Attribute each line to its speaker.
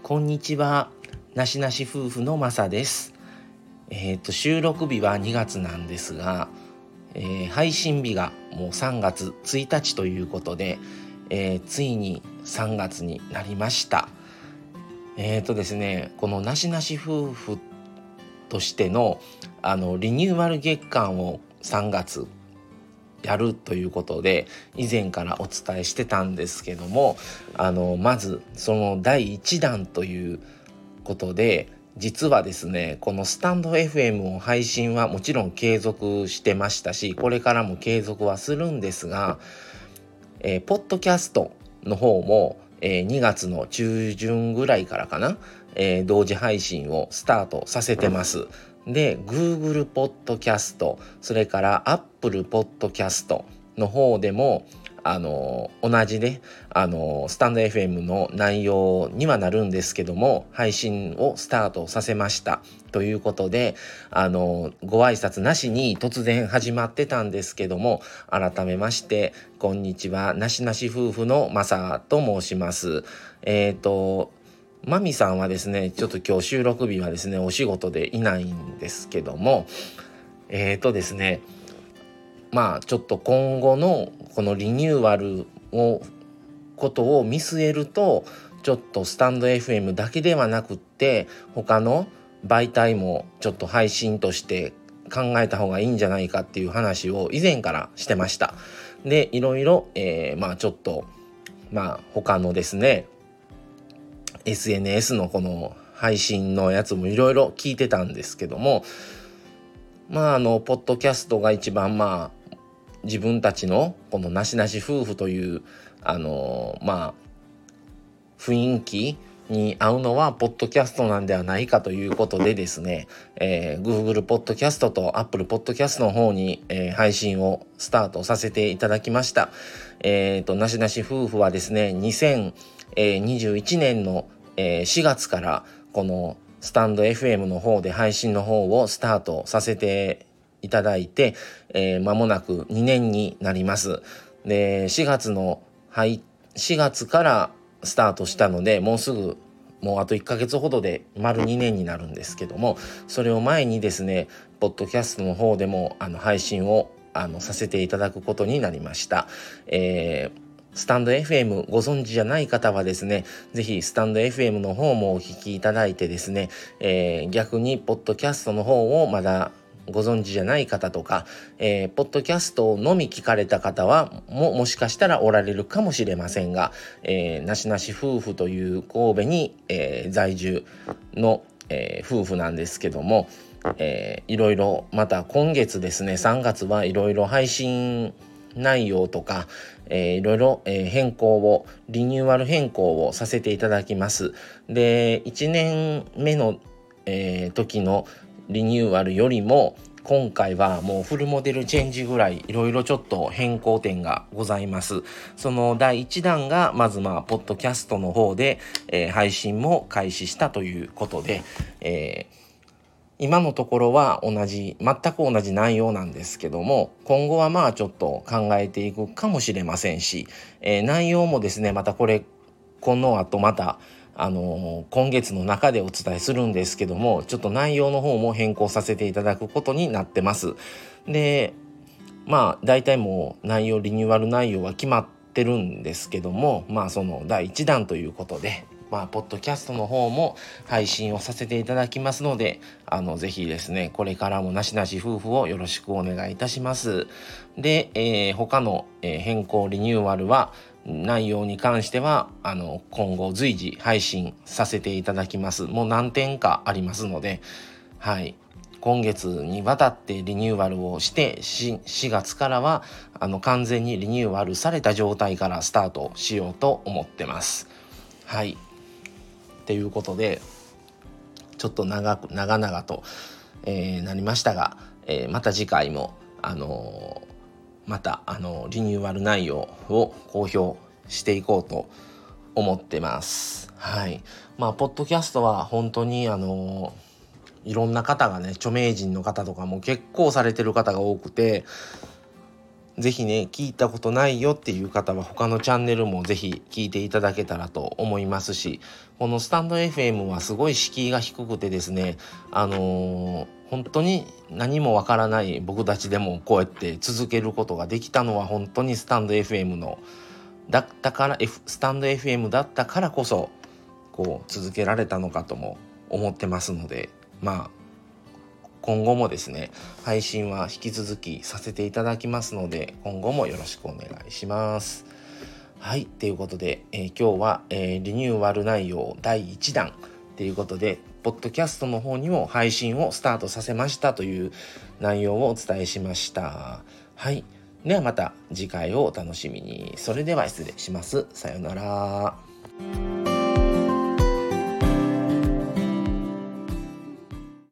Speaker 1: こんにちは。なしなし夫婦のまさです。収録日は2月なんですが、配信日がもう3月1日ということで、ついに3月になりました。ですね、このなしなし夫婦としてのリニューアル月間を3月やるということで以前からお伝えしてたんですけども、まずその第1弾ということで、実はですね、このスタンド FM を配信はもちろん継続してましたし、これからも継続はするんですが、ポッドキャストの方も、2月の中旬ぐらいからかな、同時配信をスタートさせてます。で Google ポッドキャスト、それから Apple ポッドキャストの方でも同じねスタンド FM の内容にはなるんですけども、配信をスタートさせましたということで、ご挨拶なしに突然始まってたんですけども、改めましてこんにちは、なしなし夫婦のまさと申します。マミさんはですね、ちょっと今日収録日はですねお仕事でいないんですけども、ですね、ちょっと今後のこのリニューアルことを見据えると、ちょっとスタンド FM だけではなくって他の媒体もちょっと配信として考えた方がいいんじゃないかっていう話を以前からしてました。でいろいろ、ちょっと他のですねSNS のこの配信のやつもいろいろ聞いてたんですけども、ポッドキャストが一番自分たちのこのなしなし夫婦という雰囲気に合うのはポッドキャストなんではないかということでですね、Google ポッドキャストと Apple ポッドキャストの方に、配信をスタートさせていただきました。なしなし夫婦はですね、2021年の4月からこのスタンド FM の方で配信の方をスタートさせていただいて、間もなく2年になります。で4月からスタートしたので、もうあと1ヶ月ほどで丸2年になるんですけども、それを前にですねポッドキャストの方でも配信をさせていただくことになりました。スタンド FM ご存知じゃない方はですね、ぜひスタンド FM の方もお聞きいただいてですね、逆にポッドキャストの方をまだご存知じゃない方とか、ポッドキャストのみ聞かれた方はもしかしたらおられるかもしれませんが、なしなし夫婦という神戸に、在住の、夫婦なんですけども、いろいろまた今月ですね3月はいろいろ配信内容とか、いろいろ、リニューアル変更をさせていただきます。で1年目の、時のリニューアルよりも今回はもうフルモデルチェンジぐらいいろいろちょっと変更点がございます。その第1弾がまずポッドキャストの方で、配信も開始したということで、今のところは全く同じ内容なんですけども、今後はちょっと考えていくかもしれませんし、内容もですねこの後今月の中でお伝えするんですけども、ちょっと内容の方も変更させていただくことになってます。で大体もうリニューアル内容は決まってるんですけども、その第1弾ということでポッドキャストの方も配信をさせていただきますので、ぜひですねこれからもなしなし夫婦をよろしくお願いいたします。で、他の、変更リニューアルは内容に関しては今後随時配信させていただきます。もう何点かありますので、今月にわたってリニューアルをして4月からは完全にリニューアルされた状態からスタートしようと思ってます。ということでちょっと長々と、なりましたが、また次回もリニューアル内容を公表していこうと思ってます。ポッドキャストは本当にいろんな方がね、著名人の方とかも結構されてる方が多くて、 ぜひね聞いたことないよっていう方は他のチャンネルもぜひ聞いていただけたらと思いますし、このスタンド FM はすごい敷居が低くてですね、本当に何もわからない僕たちでもこうやって続けることができたのは本当にスタンド FM のだったから、スタンド FM だったからこそこう続けられたのかとも思ってますので、今後もですね配信は引き続きさせていただきますので、今後もよろしくお願いします。はい、ということで、今日は、リニューアル内容第1弾ということでポッドキャストの方にも配信をスタートさせましたという内容をお伝えしました。はい、ではまた次回をお楽しみに。それでは失礼します。さようなら。